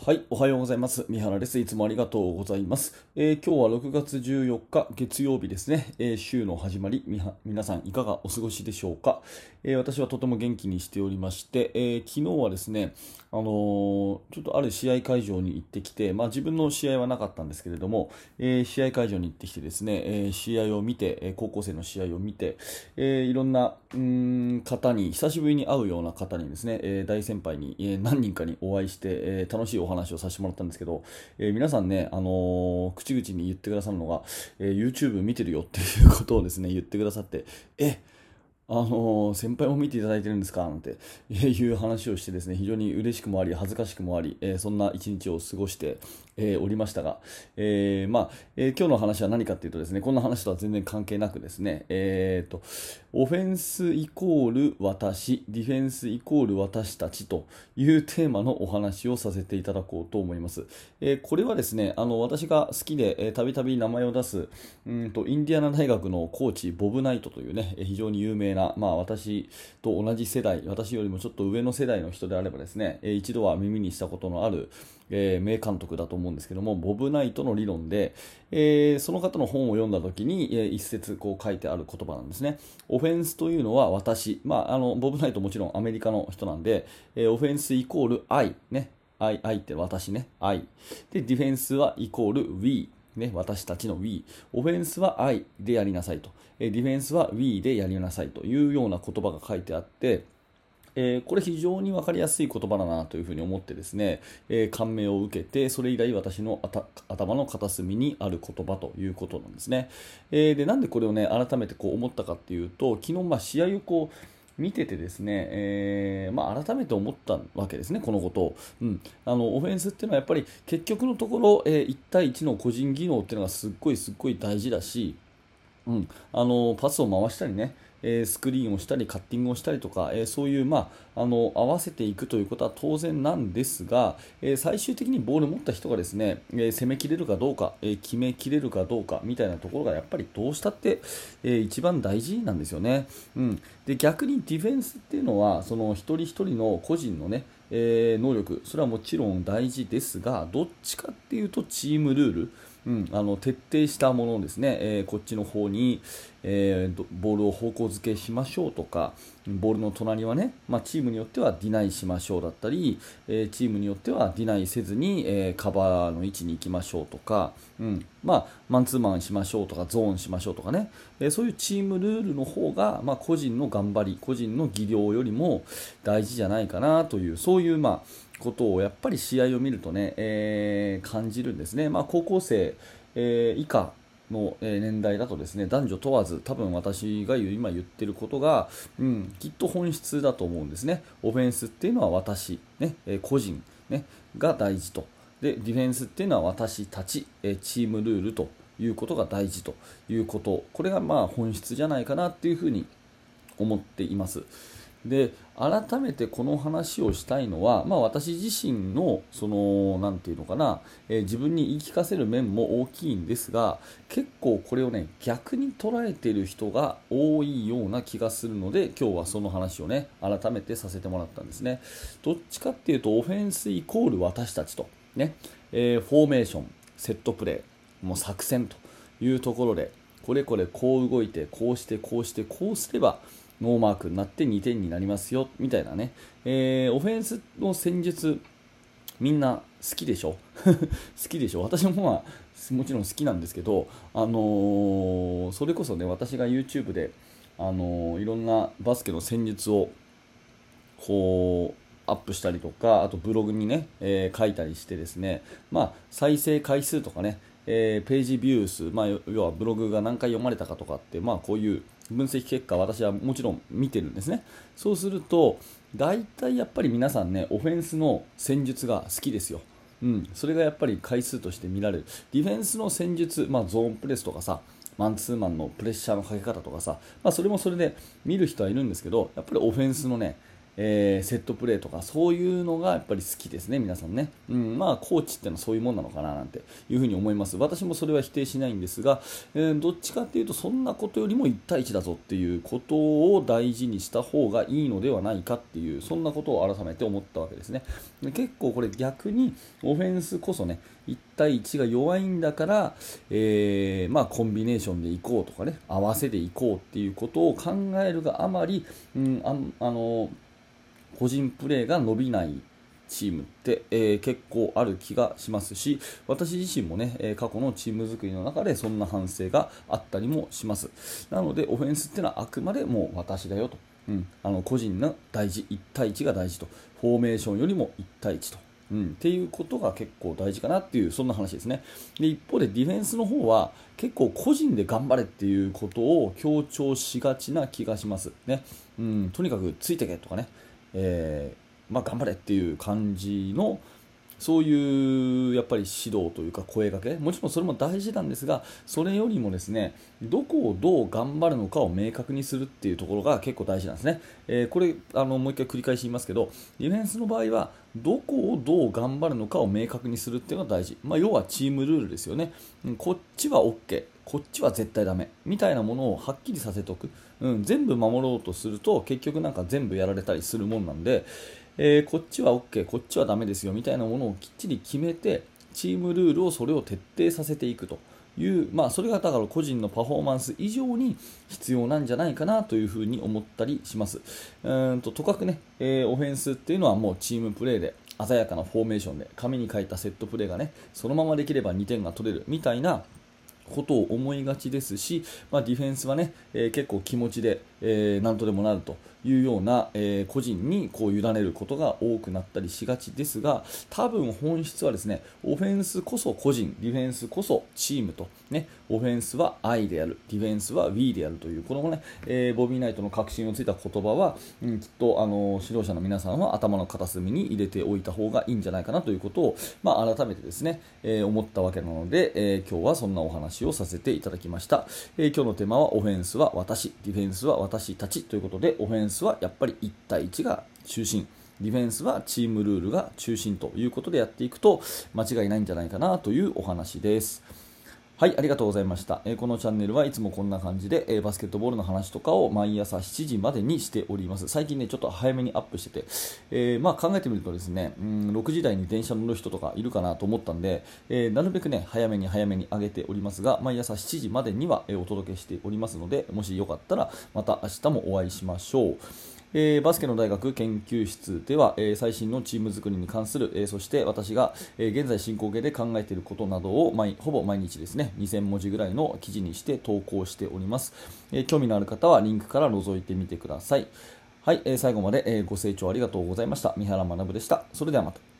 はい、おはようございます。三原です。いつもありがとうございます。今日は6月14日月曜日ですね。週の始まり、皆さんいかがお過ごしでしょうか。私はとても元気にしておりまして、昨日はですね、ちょっとある試合会場に行ってきて、自分の試合はなかったんですけれども、試合会場に行ってきてですね、試合を見て、高校生の試合を見て、いろんな方に、久しぶりに会うような方にですね、大先輩に、何人かにお会いして、楽しいお話をさせてもらったんですけど、皆さんね、口々に言ってくださるのが、YouTube 見てるよっていうことをですね、言ってくださって、先輩も見ていただいてるんですかなんていう話をしてですね、非常に嬉しくもあり、恥ずかしくもあり、そんな一日を過ごして、おりましたが、今日の話は何かっていうとですね、こんな話とは全然関係なくですね、オフェンスイコール私、ディフェンスイコール私たちというテーマのお話をさせていただこうと思います。これはですね、私が好きで、たびたび名前を出す、インディアナ大学のコーチ、ボブ・ナイトというね、非常に有名な、私と同じ世代、私よりもちょっと上の世代の人であればですね、一度は耳にしたことのある、名監督だと思うんですけども、ボブ・ナイトの理論で、その方の本を読んだ時に、一節こう書いてある言葉なんですね。オフェンスというのは私、ボブ・ナイトもちろんアメリカの人なんで、オフェンスイコール I ね、I って私ね、I で、ディフェンスはイコール Weね、私たちの We。オフェンスは I でやりなさいと。ディフェンスは We でやりなさいというような言葉が書いてあって、これ非常に分かりやすい言葉だなというふうに思ってですね、感銘を受けて、それ以来私の頭の片隅にある言葉ということなんですね。で、なんでこれをね、改めてこう思ったかっていうと、昨日試合をこう、見ててですね、改めて思ったわけですね、このことを。オフェンスっていうのはやっぱり結局のところ、1対1の個人技能っていうのがすっごい大事だし、パスを回したりね、スクリーンをしたりカッティングをしたりとか、そういう、合わせていくということは当然なんですが、最終的にボールを持った人がですね、攻めきれるかどうか、決めきれるかどうかみたいなところがやっぱりどうしたって、一番大事なんですよね。で逆にディフェンスっていうのはその一人一人の個人のね、能力、それはもちろん大事ですが、どっちかっていうとチームルール、徹底したものですね、こっちの方に、ボールを方向付けしましょうとか、ボールの隣はね、チームによってはディナイしましょうだったり、チームによってはディナイせずに、カバーの位置に行きましょうとか、マンツーマンしましょうとか、ゾーンしましょうとかね、そういうチームルールの方が、個人の頑張り、個人の技量よりも大事じゃないかなという、そういう、ことをやっぱり試合を見るとね、感じるんですね。高校生、以下の年代だとですね、男女問わず多分私が今言ってることが、きっと本質だと思うんですね。オフェンスっていうのは私、ね、個人、ね、が大事と。で、ディフェンスっていうのは私たち、チームルールということが大事ということ。これが本質じゃないかなっていうふうに思っています。で改めてこの話をしたいのは、私自身のそのなんていうのかな、自分に言い聞かせる面も大きいんですが、結構これをね逆に捉えている人が多いような気がするので、今日はその話をね改めてさせてもらったんですね。どっちかっていうとオフェンスイコール私たちとね、フォーメーション、セットプレー、もう作戦というところで、これこれこう動いてこうしてこうしてこうすればノーマークになって2点になりますよみたいなね、オフェンスの戦術みんな好きでしょ好きでしょ。私ももちろん好きなんですけど、それこそね私が YouTube で、いろんなバスケの戦術をこうアップしたりとか、あとブログにね、書いたりしてですね、再生回数とかね、ページビュー数、要はブログが何回読まれたかとかって、こういう分析結果私はもちろん見てるんですね。そうすると大体やっぱり皆さんねオフェンスの戦術が好きですよ。それがやっぱり回数として見られる。ディフェンスの戦術、ゾーンプレスとかさ、マンツーマンのプレッシャーのかけ方とかさ、それもそれで見る人はいるんですけど、やっぱりオフェンスのね、 セットプレーとかそういうのがやっぱり好きですね、皆さんね。まあコーチってのはそういうもんなのかななんていうふうに思います。私もそれは否定しないんですが、どっちかっていうとそんなことよりも1対1だぞっていうことを大事にした方がいいのではないかっていう、そんなことを改めて思ったわけですね。で結構これ逆にオフェンスこそね1対1が弱いんだから、まあ、コンビネーションでいこうとかね、合わせでいこうっていうことを考えるがあまり、個人プレーが伸びないチームって、結構ある気がしますし、私自身もね、過去のチーム作りの中でそんな反省があったりもします。なのでオフェンスっていうのはあくまでも私だよと、個人の大事、1対1が大事と、フォーメーションよりも1対1と、っていうことが結構大事かなっていう、そんな話ですね。で一方でディフェンスの方は結構個人で頑張れっていうことを強調しがちな気がしますね。とにかくついてけとかね、まあ、頑張れっていう感じのそういうやっぱり指導というか声掛け、もちろんそれも大事なんですが、それよりもですね、どこをどう頑張るのかを明確にするっていうところが結構大事なんですね。これもう一回繰り返し言いますけど、ディフェンスの場合はどこをどう頑張るのかを明確にするっていうのが大事、要はチームルールですよね。こっちは OK、こっちは絶対ダメみたいなものをはっきりさせておく、全部守ろうとすると結局なんか全部やられたりするもんなんで、こっちは OK、こっちはダメですよみたいなものをきっちり決めて、チームルールをそれを徹底させていくという、それがだから個人のパフォーマンス以上に必要なんじゃないかなというふうに思ったりします。とかくね、オフェンスっていうのはもうチームプレーで鮮やかなフォーメーションで紙に書いたセットプレーがねそのままできれば2点が取れるみたいなことを思いがちですし、ディフェンスはね、結構気持ちで、なんとでもなるというような、個人にこう委ねることが多くなったりしがちですが、多分本質はですね、オフェンスこそ個人、ディフェンスこそチームと、ね、オフェンスは I である、ディフェンスは We であるというこのね、ボビーナイトの確信をついた言葉は、きっと指導者の皆さんは頭の片隅に入れておいた方がいいんじゃないかなということを、改めてですね、思ったわけなので、今日はそんなお話をさせていただきました。今日のテーマはオフェンスは私、ディフェンスは私たちということで、オフェンスはやっぱり1対1が中心、ディフェンスはチームルールが中心ということでやっていくと間違いないんじゃないかなというお話です。はい、ありがとうございました。このチャンネルはいつもこんな感じで、バスケットボールの話とかを毎朝7時までにしております。最近ね、ちょっと早めにアップしてて、考えてみるとですね、6時台に電車乗る人とかいるかなと思ったんで、なるべくね、早めに上げておりますが、毎朝7時までには、お届けしておりますので、もしよかったらまた明日もお会いしましょう。バスケの大学研究室では、最新のチーム作りに関する、そして私が、現在進行形で考えていることなどをほぼ毎日ですね2000文字ぐらいの記事にして投稿しております。興味のある方はリンクから覗いてみてください。はい、最後まで、ご清聴ありがとうございました。三原学でした。それではまた。